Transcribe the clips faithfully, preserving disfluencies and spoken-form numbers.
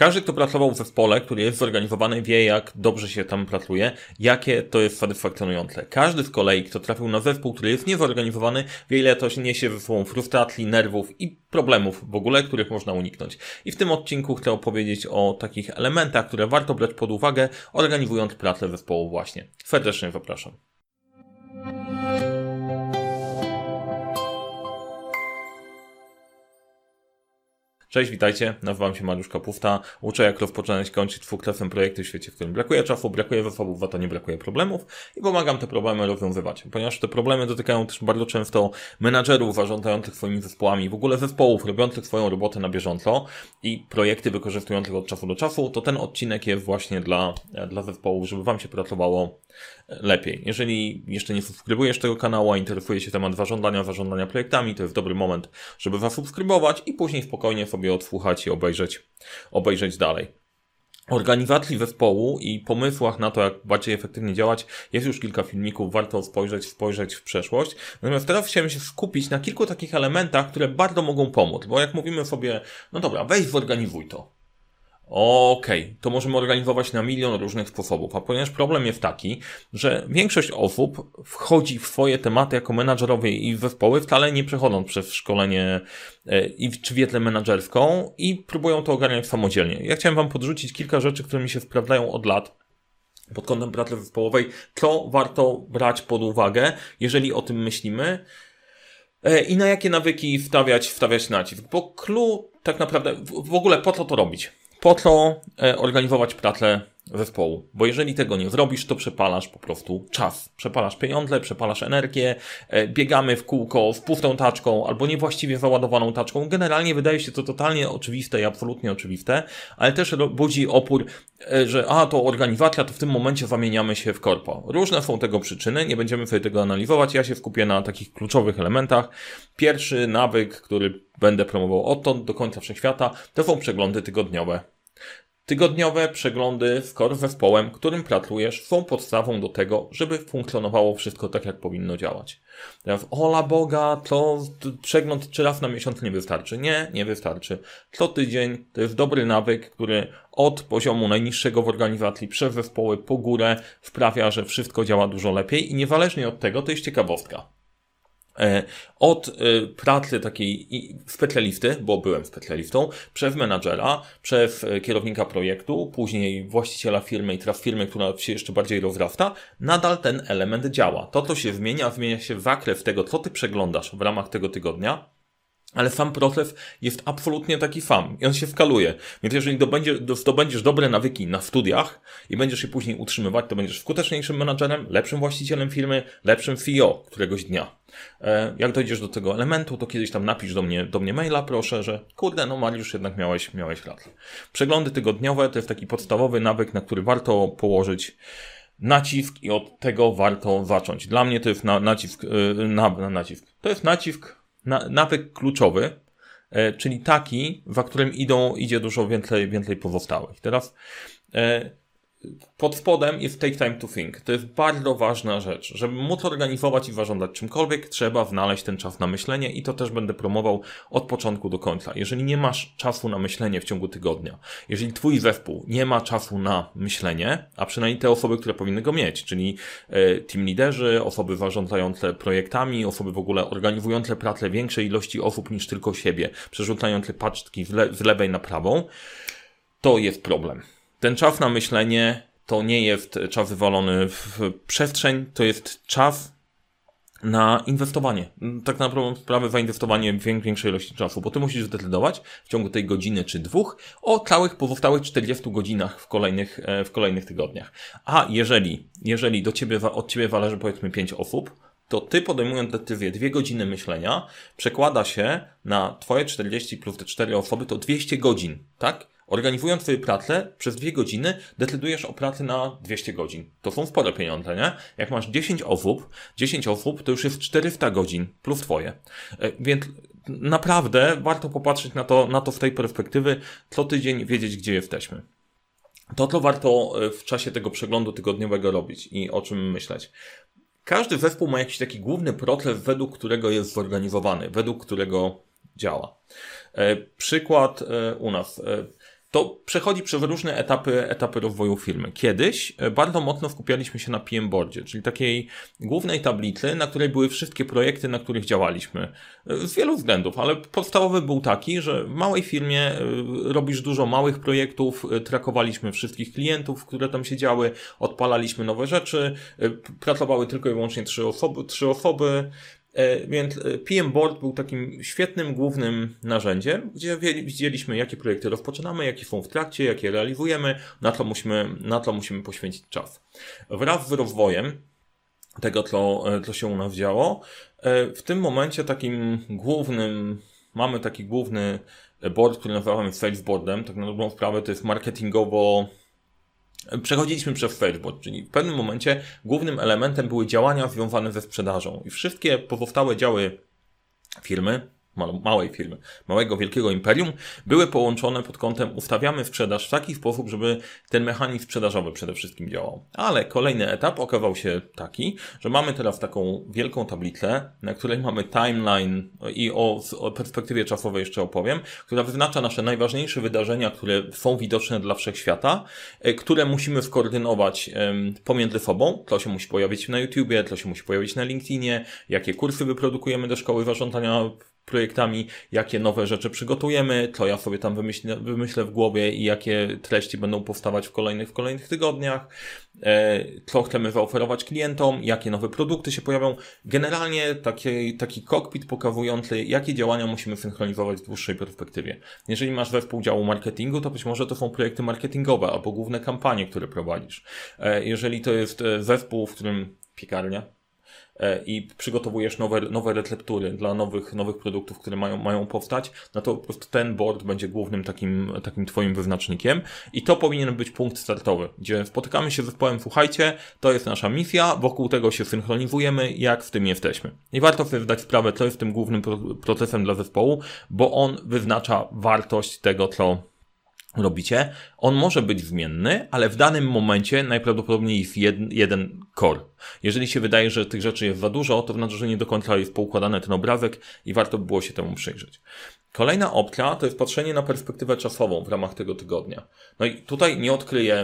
Każdy, kto pracował w zespole, który jest zorganizowany, wie, jak dobrze się tam pracuje, jakie to jest satysfakcjonujące. Każdy z kolei, kto trafił na zespół, który jest niezorganizowany, wie, ile to się niesie ze sobą frustracji, nerwów i problemów w ogóle, których można uniknąć. I w tym odcinku chcę opowiedzieć o takich elementach, które warto brać pod uwagę, organizując pracę zespołu właśnie. Serdecznie zapraszam. Cześć, witajcie, nazywam się Mariusz Kapufta, uczę jak rozpoczynać i kończyć dwukrotnym projekty w świecie, w którym brakuje czasu, brakuje zasobów, a to nie brakuje problemów i pomagam te problemy rozwiązywać, ponieważ te problemy dotykają też bardzo często menadżerów zarządzających swoimi zespołami, w ogóle zespołów robiących swoją robotę na bieżąco i projekty wykorzystujących od czasu do czasu, to ten odcinek jest właśnie dla, dla zespołów, żeby Wam się pracowało lepiej. Jeżeli jeszcze nie subskrybujesz tego kanału, a interesuje się temat zarządzania, zarządzania projektami, to jest dobry moment, żeby zasubskrybować i później spokojnie sobie odsłuchać i obejrzeć, obejrzeć dalej. O organizacji zespołu i pomysłach na to, jak bardziej efektywnie działać, jest już kilka filmików, warto spojrzeć, spojrzeć w przeszłość. Natomiast teraz chciałem się skupić na kilku takich elementach, które bardzo mogą pomóc, bo jak mówimy sobie, no dobra, weź zorganizuj to. Okej, okay, to możemy organizować na milion różnych sposobów, a ponieważ problem jest taki, że większość osób wchodzi w swoje tematy jako menadżerowie i zespoły, wcale nie przechodząc przez szkolenie i czy wiedzę menadżerską i próbują to ogarniać samodzielnie. Ja chciałem Wam podrzucić kilka rzeczy, które mi się sprawdzają od lat pod kątem pracy zespołowej, co warto brać pod uwagę, jeżeli o tym myślimy i na jakie nawyki wstawiać, wstawiać nacisk, bo clue tak naprawdę, w ogóle po co to robić? Po co organizować pracę zespołu? Bo jeżeli tego nie zrobisz, to przepalasz po prostu czas. Przepalasz pieniądze, przepalasz energię, biegamy w kółko z pustą taczką albo niewłaściwie załadowaną taczką. Generalnie wydaje się to totalnie oczywiste i absolutnie oczywiste, ale też budzi opór, że a, to organizacja, to w tym momencie zamieniamy się w korpo. Różne są tego przyczyny, nie będziemy sobie tego analizować. Ja się skupię na takich kluczowych elementach. Pierwszy nawyk, który będę promował odtąd do końca wszechświata, to są przeglądy tygodniowe. Tygodniowe przeglądy z core zespołem, którym pracujesz, są podstawą do tego, żeby funkcjonowało wszystko tak, jak powinno działać. Teraz, ola Boga, to przegląd trzy razy na miesiąc nie wystarczy. Nie, nie wystarczy. Co tydzień to jest dobry nawyk, który od poziomu najniższego w organizacji przez zespoły po górę sprawia, że wszystko działa dużo lepiej i niezależnie od tego, to jest ciekawostka. Od pracy takiej specjalisty, bo byłem specjalistą, przez menadżera, przez kierownika projektu, później właściciela firmy i teraz firmy, która się jeszcze bardziej rozrasta, nadal ten element działa. To, co się zmienia, zmienia się zakres tego, co ty przeglądasz w ramach tego tygodnia, ale sam proces jest absolutnie taki sam i on się skaluje. Więc jeżeli zdobędziesz dobre nawyki na studiach i będziesz je później utrzymywać, to będziesz skuteczniejszym menadżerem, lepszym właścicielem firmy, lepszym C E O któregoś dnia. Jak dojdziesz do tego elementu, to kiedyś tam napisz do mnie, do mnie maila, proszę, że kurde, no Mariusz, jednak miałeś, miałeś rację. Przeglądy tygodniowe to jest taki podstawowy nawyk, na który warto położyć nacisk i od tego warto zacząć. Dla mnie to jest na, nacisk, na, na nacisk. To jest nacisk Na, nawyk kluczowy, e, czyli taki, za którym idą, idzie dużo więcej, więcej pozostałych. Teraz e, pod spodem jest take time to think. To jest bardzo ważna rzecz. Żeby móc organizować i zarządzać czymkolwiek, trzeba znaleźć ten czas na myślenie i to też będę promował od początku do końca. Jeżeli nie masz czasu na myślenie w ciągu tygodnia, jeżeli twój zespół nie ma czasu na myślenie, a przynajmniej te osoby, które powinny go mieć, czyli e, team liderzy, osoby zarządzające projektami, osoby w ogóle organizujące pracę większej ilości osób niż tylko siebie, przerzucające paczki z, le- z lewej na prawą, to jest problem. Ten czas na myślenie to nie jest czas wywalony w przestrzeń, to jest czas na inwestowanie. Tak naprawdę sprawę zainwestowanie w większej ilości czasu, bo ty musisz zdecydować w ciągu tej godziny czy dwóch o całych pozostałych czterdziestu godzinach w kolejnych, w kolejnych tygodniach. A jeżeli, jeżeli do ciebie, od ciebie zależy powiedzmy pięć osób, to ty podejmując decyzję dwie godziny myślenia przekłada się na twoje czterdzieści plus te cztery osoby to dwieście godzin, tak? Organizując swoją pracę przez dwie godziny, decydujesz o pracy na dwieście godzin. To są spore pieniądze, nie? Jak masz dziesięć osób, dziesięć osób to już jest czterysta godzin plus twoje. Więc naprawdę warto popatrzeć na to, na to w tej perspektywy, co tydzień wiedzieć, gdzie jesteśmy. To, co warto w czasie tego przeglądu tygodniowego robić i o czym myśleć. Każdy zespół ma jakiś taki główny proces, według którego jest zorganizowany, według którego działa. Przykład u nas. to przechodzi przez różne etapy, etapy rozwoju firmy. Kiedyś bardzo mocno skupialiśmy się na P M boardzie, czyli takiej głównej tablicy, na której były wszystkie projekty, na których działaliśmy. Z wielu względów, ale podstawowy był taki, że w małej firmie robisz dużo małych projektów, trackowaliśmy wszystkich klientów, które tam się działy, odpalaliśmy nowe rzeczy, pracowały tylko i wyłącznie trzy osoby, trzy osoby. Więc P M Board był takim świetnym, głównym narzędziem, gdzie widzieliśmy, jakie projekty rozpoczynamy, jakie są w trakcie, jakie realizujemy, na co musimy, na co musimy poświęcić czas. Wraz z rozwojem tego, co, co się u nas działo, w tym momencie takim głównym, mamy taki główny board, który nazywamy Salesboardem, tak na dobrą sprawę to jest marketingowo. Przechodziliśmy przez Salesboard, czyli w pewnym momencie głównym elementem były działania związane ze sprzedażą i wszystkie pozostałe działy firmy, małej firmy, małego, wielkiego imperium, były połączone pod kątem ustawiamy sprzedaż w taki sposób, żeby ten mechanizm sprzedażowy przede wszystkim działał. Ale kolejny etap okazał się taki, że mamy teraz taką wielką tablicę, na której mamy timeline i o, o perspektywie czasowej jeszcze opowiem, która wyznacza nasze najważniejsze wydarzenia, które są widoczne dla wszechświata, które musimy skoordynować um, pomiędzy sobą. To się musi pojawić na YouTubie, to się musi pojawić na LinkedInie, jakie kursy wyprodukujemy do szkoły zarządzania projektami, jakie nowe rzeczy przygotujemy, co ja sobie tam wymyślę, wymyślę w głowie i jakie treści będą powstawać w kolejnych, w kolejnych tygodniach, e, co chcemy zaoferować klientom, jakie nowe produkty się pojawią. Generalnie taki, taki kokpit pokazujący, jakie działania musimy synchronizować w dłuższej perspektywie. Jeżeli masz zespół działu marketingu, to być może to są projekty marketingowe albo główne kampanie, które prowadzisz. E, jeżeli to jest zespół, w którym piekarnia, i przygotowujesz nowe, nowe receptury dla nowych, nowych produktów, które mają, mają powstać, no to po prostu ten board będzie głównym takim, takim twoim wyznacznikiem i to powinien być punkt startowy, gdzie spotykamy się z zespołem, słuchajcie, to jest nasza misja, wokół tego się synchronizujemy, jak w tym jesteśmy. I warto sobie zdać sprawę, co jest tym głównym procesem dla zespołu, bo on wyznacza wartość tego, co robicie. On może być zmienny, ale w danym momencie najprawdopodobniej jest jeden, jeden core. Jeżeli się wydaje, że tych rzeczy jest za dużo, to znaczy, że nie do końca jest poukładany ten obrazek i warto by było się temu przyjrzeć. Kolejna opcja to jest patrzenie na perspektywę czasową w ramach tego tygodnia. No i tutaj nie odkryję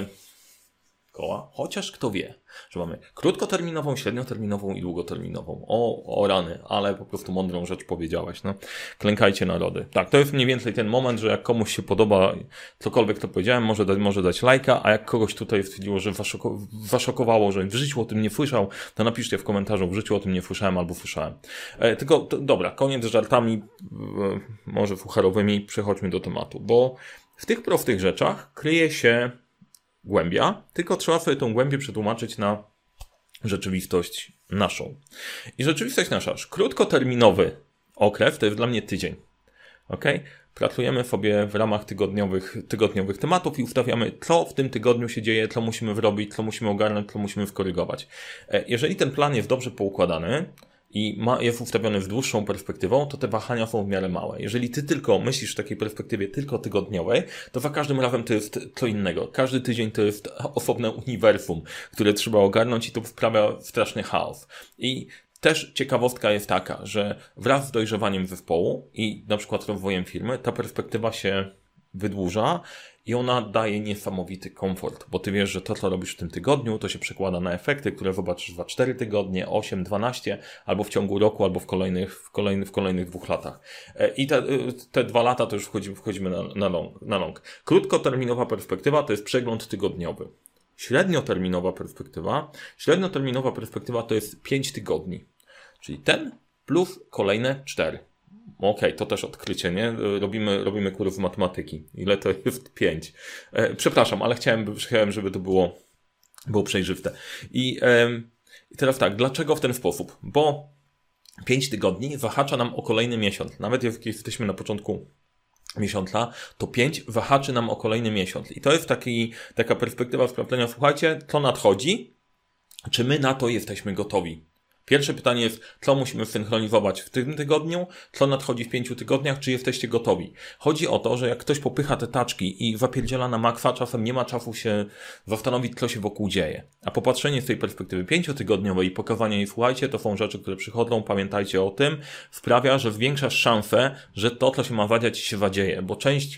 koła, chociaż kto wie, że mamy krótkoterminową, średnioterminową i długoterminową. O, o rany, ale po prostu mądrą rzecz powiedziałeś, no. Klękajcie narody. Tak, to jest mniej więcej ten moment, że jak komuś się podoba cokolwiek, to powiedziałem, może, da, może dać lajka, a jak kogoś tutaj stwierdziło, że zaszoko, zaszokowało, że w życiu o tym nie słyszał, to napiszcie w komentarzu, w życiu o tym nie słyszałem albo słyszałem. E, tylko, to, dobra, koniec z żartami, e, może fucharowymi, przechodźmy do tematu, bo w tych prostych rzeczach kryje się głębia, tylko trzeba sobie tą głębię przetłumaczyć na rzeczywistość naszą. I rzeczywistość nasza, krótkoterminowy okres to jest dla mnie tydzień. Ok? Pracujemy sobie w ramach tygodniowych, tygodniowych tematów i ustawiamy, co w tym tygodniu się dzieje, co musimy zrobić, co musimy ogarnąć, co musimy skorygować. Jeżeli ten plan jest dobrze poukładany i ma, jest ustawiony z dłuższą perspektywą, to te wahania są w miarę małe. Jeżeli ty tylko myślisz w takiej perspektywie tylko tygodniowej, to za każdym razem to jest co innego. Każdy tydzień to jest osobne uniwersum, które trzeba ogarnąć i to sprawia straszny chaos. I też ciekawostka jest taka, że wraz z dojrzewaniem zespołu i na przykład rozwojem firmy, ta perspektywa się wydłuża i ona daje niesamowity komfort, bo ty wiesz, że to, co robisz w tym tygodniu, to się przekłada na efekty, które zobaczysz za cztery tygodnie, osiem, dwanaście, albo w ciągu roku, albo w kolejnych, w kolejnych, w kolejnych dwóch latach. I te, te dwa lata to już wchodzimy, wchodzimy na, na, long, na long. Krótkoterminowa perspektywa to jest przegląd tygodniowy. Średnioterminowa perspektywa, średnioterminowa perspektywa to jest pięć tygodni. Czyli ten plus kolejne cztery. Okej, okay, to też odkrycie, nie? Robimy, robimy kurs z matematyki. Ile to jest? pięć. E, przepraszam, ale chciałem, chciałem, żeby to było, było przejrzyste. I, e, I teraz tak, dlaczego w ten sposób? Bo pięć tygodni zahacza nam o kolejny miesiąc. Nawet jak jesteśmy na początku miesiąca, to pięć wahaczy nam o kolejny miesiąc. I to jest taki, taka perspektywa sprawdzenia, słuchajcie, co nadchodzi, czy my na to jesteśmy gotowi. Pierwsze pytanie jest, co musimy synchronizować w tym tygodniu, co nadchodzi w pięciu tygodniach, czy jesteście gotowi. Chodzi o to, że jak ktoś popycha te taczki i zapierdziela na maksa, czasem nie ma czasu się zastanowić, co się wokół dzieje. A popatrzenie z tej perspektywy pięciotygodniowej i pokazanie jej, słuchajcie, to są rzeczy, które przychodzą, pamiętajcie o tym, sprawia, że zwiększasz szansę, że to, co się ma zadziać, się zadzieje, bo część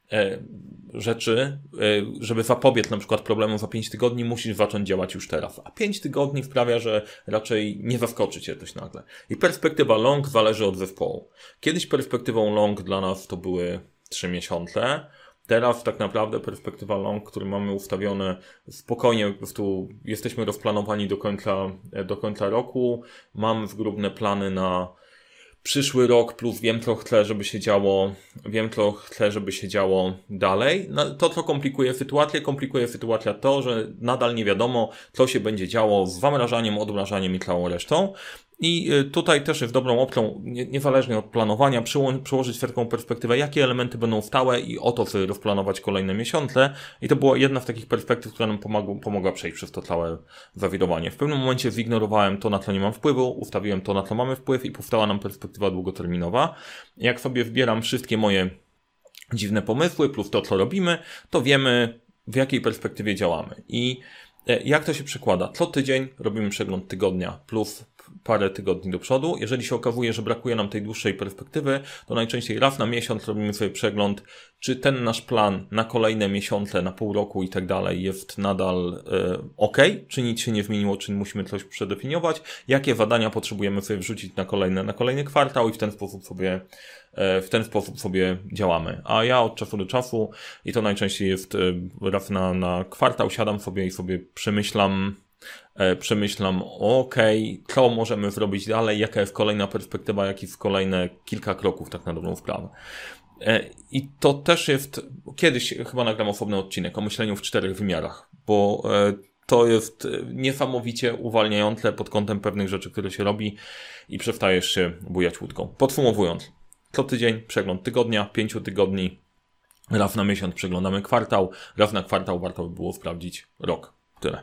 e, rzeczy, e, żeby zapobiec na przykład problemom za pięć tygodni, musisz zacząć działać już teraz. A pięć tygodni sprawia, że raczej nie zaskoczy cię coś nagle. I perspektywa long zależy od zespołu. Kiedyś perspektywą long dla nas to były trzy miesiące. Teraz tak naprawdę perspektywa long, który mamy ustawione spokojnie, po prostu jesteśmy rozplanowani do końca, do końca roku. Mamy zgrubne plany na przyszły rok, plus wiem, co chcę, żeby się działo, wiem, co chcę, żeby się działo dalej. No, to, co komplikuje sytuację, komplikuje sytuacja to, że nadal nie wiadomo, co się będzie działo z zamrażaniem, odmrażaniem i całą resztą. I tutaj też jest dobrą opcją, nie, niezależnie od planowania, przyło- przyłożyć taką perspektywę, jakie elementy będą stałe i o to sobie rozplanować kolejne miesiące. I to była jedna z takich perspektyw, która nam pomogła, pomogła przejść przez to całe zawirowanie. W pewnym momencie zignorowałem to, na co nie mam wpływu, ustawiłem to, na co mamy wpływ i powstała nam perspektywa długoterminowa. Jak sobie wbieram wszystkie moje dziwne pomysły plus to, co robimy, to wiemy, w jakiej perspektywie działamy. I jak to się przekłada? Co tydzień robimy przegląd tygodnia plus parę tygodni do przodu. Jeżeli się okazuje, że brakuje nam tej dłuższej perspektywy, to najczęściej raz na miesiąc robimy sobie przegląd, czy ten nasz plan na kolejne miesiące, na pół roku i tak dalej jest nadal e, ok, czy nic się nie zmieniło, czy musimy coś przedefiniować, jakie zadania potrzebujemy sobie wrzucić na kolejne, na kolejny kwartał i w ten sposób sobie w ten sposób sobie działamy. A ja od czasu do czasu, i to najczęściej jest raz na, na kwartał, siadam sobie i sobie przemyślam, e, przemyślam, okej, okay, co możemy zrobić dalej, jaka jest kolejna perspektywa, jakie jest kolejne kilka kroków, tak na dobrą sprawę. E, I to też jest, kiedyś chyba nagram osobny odcinek o myśleniu w czterech wymiarach, bo e, to jest niesamowicie uwalniające pod kątem pewnych rzeczy, które się robi i przestajesz się bujać łódką. Podsumowując, co tydzień przegląd tygodnia, pięciu tygodni, raz na miesiąc przeglądamy kwartał, raz na kwartał warto by było sprawdzić rok. Tyle.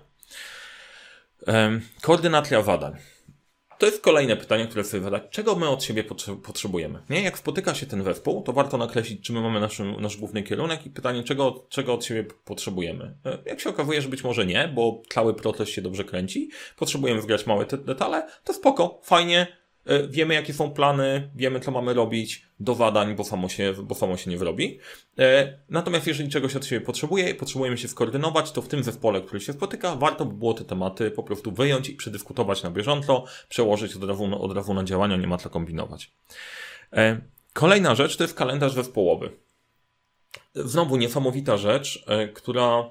Ehm, koordynacja zadań. To jest kolejne pytanie, które sobie zadać. Czego my od siebie potrzebujemy? Nie? Jak spotyka się ten zespół, to warto nakreślić, czy my mamy nasz, nasz główny kierunek i pytanie, czego, czego od siebie potrzebujemy. Jak się okazuje, że być może nie, bo cały proces się dobrze kręci, potrzebujemy wgrać małe te detale, to spoko, fajnie, wiemy jakie są plany, wiemy co mamy robić do zadań, bo samo się, bo samo się nie wyrobi. Natomiast jeżeli czegoś od siebie potrzebuje i potrzebujemy się skoordynować, to w tym zespole, który się spotyka, warto by było te tematy po prostu wyjąć i przedyskutować na bieżąco, przełożyć od razu, od razu na działania, nie ma co kombinować. Kolejna rzecz to jest kalendarz zespołowy. Znowu niesamowita rzecz, która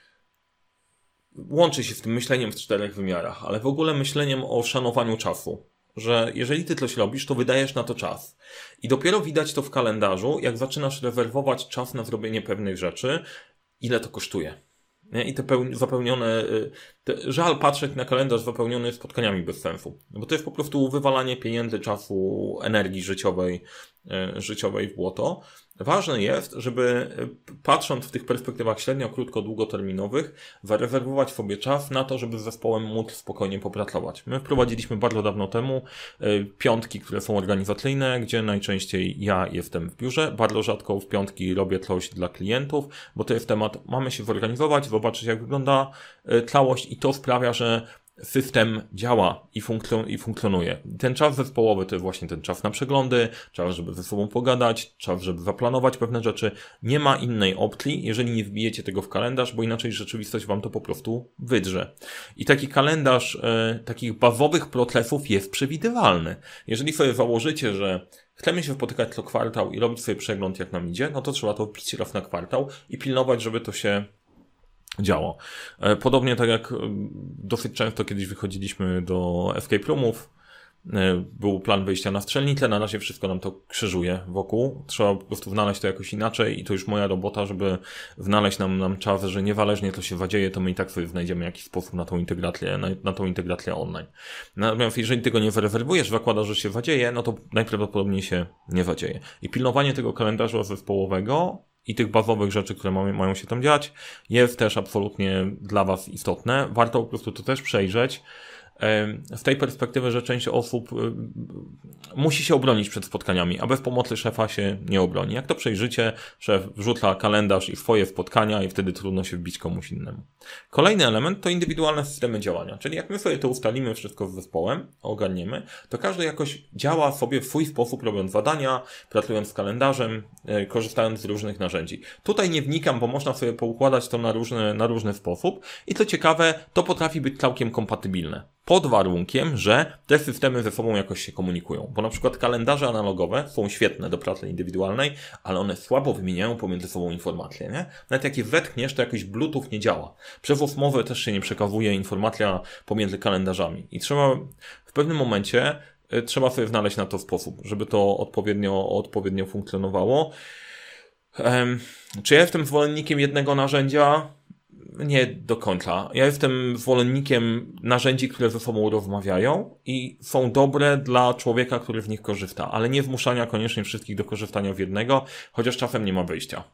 łączy się z tym myśleniem w czterech wymiarach, ale w ogóle myśleniem o szanowaniu czasu. Że jeżeli ty coś robisz, to wydajesz na to czas. I dopiero widać to w kalendarzu, jak zaczynasz rezerwować czas na zrobienie pewnych rzeczy, ile to kosztuje. Nie? I te pełni, zapełnione, te, żal patrzeć na kalendarz zapełniony spotkaniami bez sensu. Bo to jest po prostu wywalanie pieniędzy, czasu, energii życiowej, życiowej w błoto. Ważne jest, żeby patrząc w tych perspektywach średnio, krótko, długoterminowych, zarezerwować sobie czas na to, żeby z zespołem móc spokojnie popracować. My wprowadziliśmy bardzo dawno temu piątki, które są organizacyjne, gdzie najczęściej ja jestem w biurze. Bardzo rzadko w piątki robię coś dla klientów, bo to jest temat, mamy się zorganizować, zobaczyć jak wygląda całość i to sprawia, że system działa i, funkcjon- i funkcjonuje. Ten czas zespołowy to jest właśnie ten czas na przeglądy, czas, żeby ze sobą pogadać, czas, żeby zaplanować pewne rzeczy. Nie ma innej opcji, jeżeli nie wbijecie tego w kalendarz, bo inaczej rzeczywistość wam to po prostu wydrze. I taki kalendarz e, takich bazowych procesów jest przewidywalny. Jeżeli sobie założycie, że chcemy się spotykać co kwartał i robić sobie przegląd jak nam idzie, no to trzeba to wbić raz na kwartał i pilnować, żeby to się działo. Podobnie tak jak dosyć często kiedyś wychodziliśmy do escape roomów, był plan wyjścia na strzelnicę, na razie wszystko nam to krzyżuje wokół. Trzeba po prostu znaleźć to jakoś inaczej i to już moja robota, żeby znaleźć nam, nam czas, że niezależnie co się zadzieje, to my i tak sobie znajdziemy jakiś sposób na tą integrację, na, na tą integrację online. Natomiast jeżeli tego nie zarezerwujesz, zakładasz, że się zadzieje, no to najprawdopodobniej się nie zadzieje. I pilnowanie tego kalendarza zespołowego i tych bazowych rzeczy, które ma, mają się tam dziać, jest też absolutnie dla was istotne. Warto po prostu to też przejrzeć z tej perspektywy, że część osób musi się obronić przed spotkaniami, a bez pomocy szefa się nie obroni. Jak to przejrzycie, szef wrzuca kalendarz i swoje spotkania i wtedy trudno się wbić komuś innemu. Kolejny element to indywidualne systemy działania, czyli jak my sobie to ustalimy wszystko z zespołem, ogarniemy, to każdy jakoś działa sobie w swój sposób, robiąc zadania, pracując z kalendarzem, korzystając z różnych narzędzi. Tutaj nie wnikam, bo można sobie poukładać to na różny, na różny sposób i co ciekawe, to potrafi być całkiem kompatybilne. Pod warunkiem, że te systemy ze sobą jakoś się komunikują. Bo na przykład kalendarze analogowe są świetne do pracy indywidualnej, ale one słabo wymieniają pomiędzy sobą informacje, nie? Nawet jak je wetkniesz, to jakoś Bluetooth nie działa. Przez osmowę też się nie przekazuje informacja pomiędzy kalendarzami. I trzeba w pewnym momencie y, trzeba sobie znaleźć na to sposób, żeby to odpowiednio, odpowiednio funkcjonowało. Um, czy ja jestem zwolennikiem jednego narzędzia? Nie do końca. Ja jestem zwolennikiem narzędzi, które ze sobą rozmawiają i są dobre dla człowieka, który w nich korzysta, ale nie zmuszania koniecznie wszystkich do korzystania w jednego, chociaż czasem nie ma wyjścia.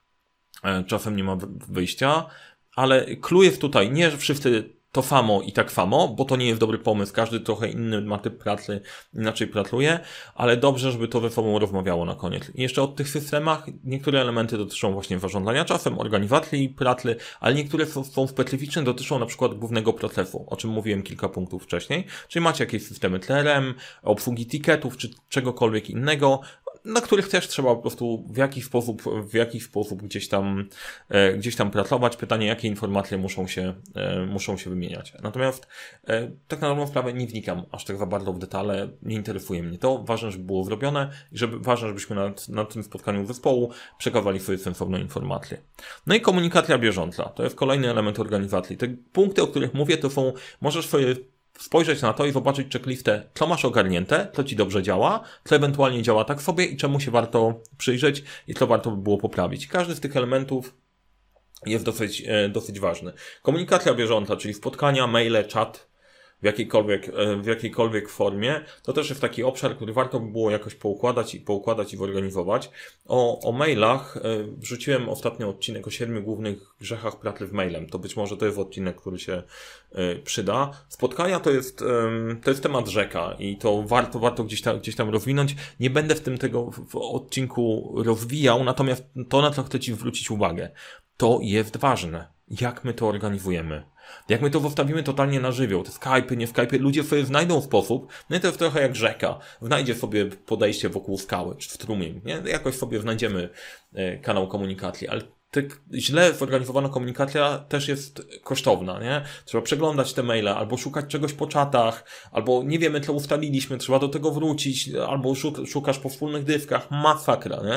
Czasem nie ma wyjścia, ale clue jest tutaj nie, że wszyscy to samo i tak samo, bo to nie jest dobry pomysł. Każdy trochę inny ma typ pracy, inaczej pracuje, ale dobrze, żeby to ze sobą rozmawiało na koniec. I jeszcze o tych systemach niektóre elementy dotyczą właśnie zarządzania czasem, organizacji pracy, ale niektóre są, są specyficzne, dotyczą na przykład głównego procesu, o czym mówiłem kilka punktów wcześniej. Czyli macie jakieś systemy C R M, obsługi ticketów, czy czegokolwiek innego, na których też trzeba po prostu w jakiś sposób, w jakiś sposób gdzieś tam, e, gdzieś tam pracować. Pytanie, jakie informacje muszą się, e, muszą się wymieniać. Natomiast e, tak na dobrą sprawę nie wnikam aż tak za bardzo w detale, nie interesuje mnie to. Ważne, żeby było zrobione i żeby, ważne, żebyśmy na, na tym spotkaniu zespołu przekazali sobie sensowne informacje. No i komunikacja bieżąca. To jest kolejny element organizacji. Te punkty, o których mówię, to są, możesz sobie spojrzeć na to i zobaczyć checklistę, co masz ogarnięte, co ci dobrze działa, co ewentualnie działa tak sobie i czemu się warto przyjrzeć i co warto by było poprawić. Każdy z tych elementów jest dosyć, dosyć ważny. Komunikacja bieżąca, czyli spotkania, maile, czat, w jakiejkolwiek, w jakiejkolwiek formie, to też jest taki obszar, który warto by było jakoś poukładać i poukładać i zorganizować. O, o mailach wrzuciłem ostatnio odcinek o siedmiu głównych grzechach pracy z mailem. To być może to jest odcinek, który się przyda. Spotkania to jest, to jest temat rzeka i to warto, warto gdzieś tam, gdzieś tam rozwinąć. Nie będę w tym tego w odcinku rozwijał, natomiast to, na co chcę ci zwrócić uwagę, to jest ważne. Jak my to organizujemy? Jak my to zostawimy totalnie na żywioł, te Skype'y, nie Skype'y, ludzie sobie znajdą sposób, no i to jest trochę jak rzeka, znajdzie sobie podejście wokół skały, czy strumień, nie? Jakoś sobie znajdziemy kanał komunikacji, ale tak źle zorganizowana komunikacja też jest kosztowna, nie? Trzeba przeglądać te maile, albo szukać czegoś po czatach, albo nie wiemy, co ustaliliśmy, trzeba do tego wrócić, albo szukasz po wspólnych dyskach, masakra, nie?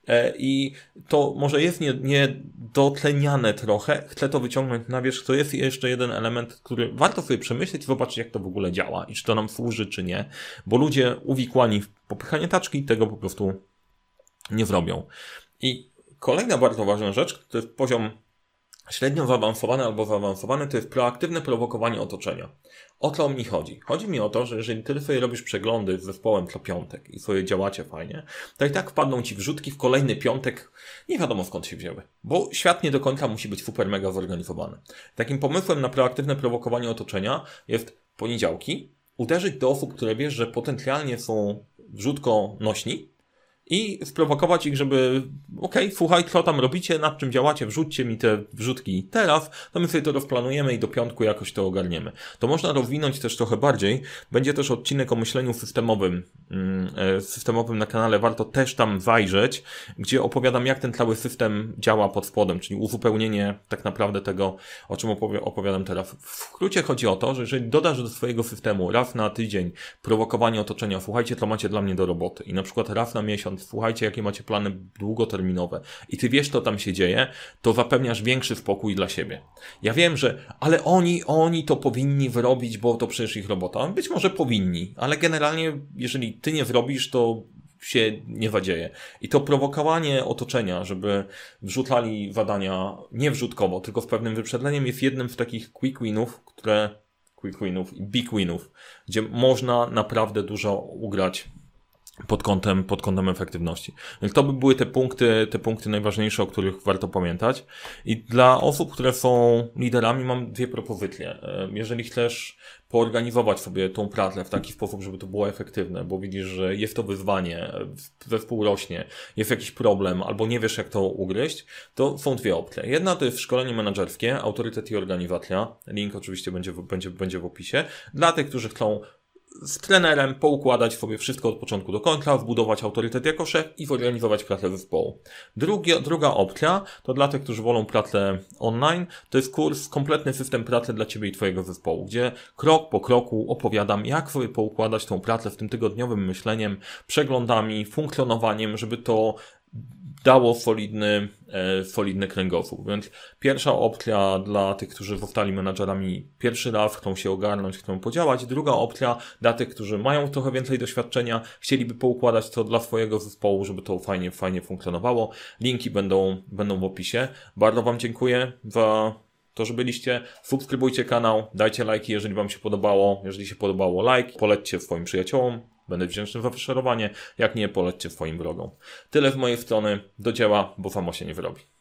I to może jest niedoceniane trochę, chcę to wyciągnąć na wierzch, to jest jeszcze jeden element, który warto sobie przemyśleć i zobaczyć, jak to w ogóle działa i czy to nam służy, czy nie, bo ludzie uwikłani w popychanie taczki tego po prostu nie zrobią. I kolejna bardzo ważna rzecz, to jest poziom średnio zaawansowany albo zaawansowany, to jest proaktywne prowokowanie otoczenia. O co mi chodzi? Chodzi mi o to, że jeżeli ty sobie robisz przeglądy z zespołem co piątek i sobie działacie fajnie, to i tak wpadną ci wrzutki w kolejny piątek, nie wiadomo skąd się wzięły, bo świat nie do końca musi być super mega zorganizowany. Takim pomysłem na proaktywne prowokowanie otoczenia jest poniedziałki, uderzyć do osób, które wiesz, że potencjalnie są wrzutkonośni, i sprowokować ich, żeby okej, okay, słuchaj, co tam robicie, nad czym działacie, wrzućcie mi te wrzutki teraz, to my sobie to rozplanujemy i do piątku jakoś to ogarniemy. To można rozwinąć też trochę bardziej. Będzie też odcinek o myśleniu systemowym, systemowym na kanale, warto też tam zajrzeć, gdzie opowiadam, jak ten cały system działa pod spodem, czyli uzupełnienie tak naprawdę tego, o czym opowi- opowiadam teraz. W skrócie chodzi o to, że jeżeli dodasz do swojego systemu raz na tydzień prowokowanie otoczenia, słuchajcie, co macie dla mnie do roboty i na przykład raz na miesiąc słuchajcie, jakie macie plany długoterminowe i ty wiesz, co tam się dzieje, to zapewniasz większy spokój dla siebie. Ja wiem, że ale oni, oni to powinni wyrobić, bo to przecież ich robota. Być może powinni, ale generalnie jeżeli ty nie zrobisz, to się nie zadzieje. I to prowokowanie otoczenia, żeby wrzucali zadania nie wrzutkowo, tylko z pewnym wyprzedzeniem, jest jednym z takich quick winów, które quick winów i big winów, gdzie można naprawdę dużo ugrać pod kątem, pod kątem efektywności. Więc to by były te punkty, te punkty najważniejsze, o których warto pamiętać. I dla osób, które są liderami, mam dwie propozycje. Jeżeli chcesz poorganizować sobie tą pracę w taki sposób, żeby to było efektywne, bo widzisz, że jest to wyzwanie, zespół rośnie, jest jakiś problem, albo nie wiesz, jak to ugryźć, to są dwie opcje. Jedna to jest szkolenie menedżerskie, autorytet i organizacja. Link oczywiście będzie, będzie, będzie w opisie. Dla tych, którzy chcą z trenerem poukładać sobie wszystko od początku do końca, wbudować autorytet jako szef i zorganizować pracę zespołu. Drugi, druga opcja to dla tych, którzy wolą pracę online, to jest kurs Kompletny System Pracy dla Ciebie i Twojego zespołu, gdzie krok po kroku opowiadam, jak sobie poukładać tą pracę z tym tygodniowym myśleniem, przeglądami, funkcjonowaniem, żeby to dało solidny, e, solidny kręgosłup. Więc pierwsza opcja dla tych, którzy zostali menadżerami pierwszy raz, chcą się ogarnąć, chcą podziałać. Druga opcja dla tych, którzy mają trochę więcej doświadczenia, chcieliby poukładać to dla swojego zespołu, żeby to fajnie, fajnie funkcjonowało. Linki będą, będą w opisie. Bardzo Wam dziękuję za to, że byliście. Subskrybujcie kanał, dajcie lajki, jeżeli Wam się podobało. Jeżeli się podobało, like, polećcie swoim przyjaciołom. Będę wdzięczny za wyszerowanie. Jak nie, polećcie swoim wrogom. Tyle z mojej strony. Do dzieła, bo samo się nie wyrobi.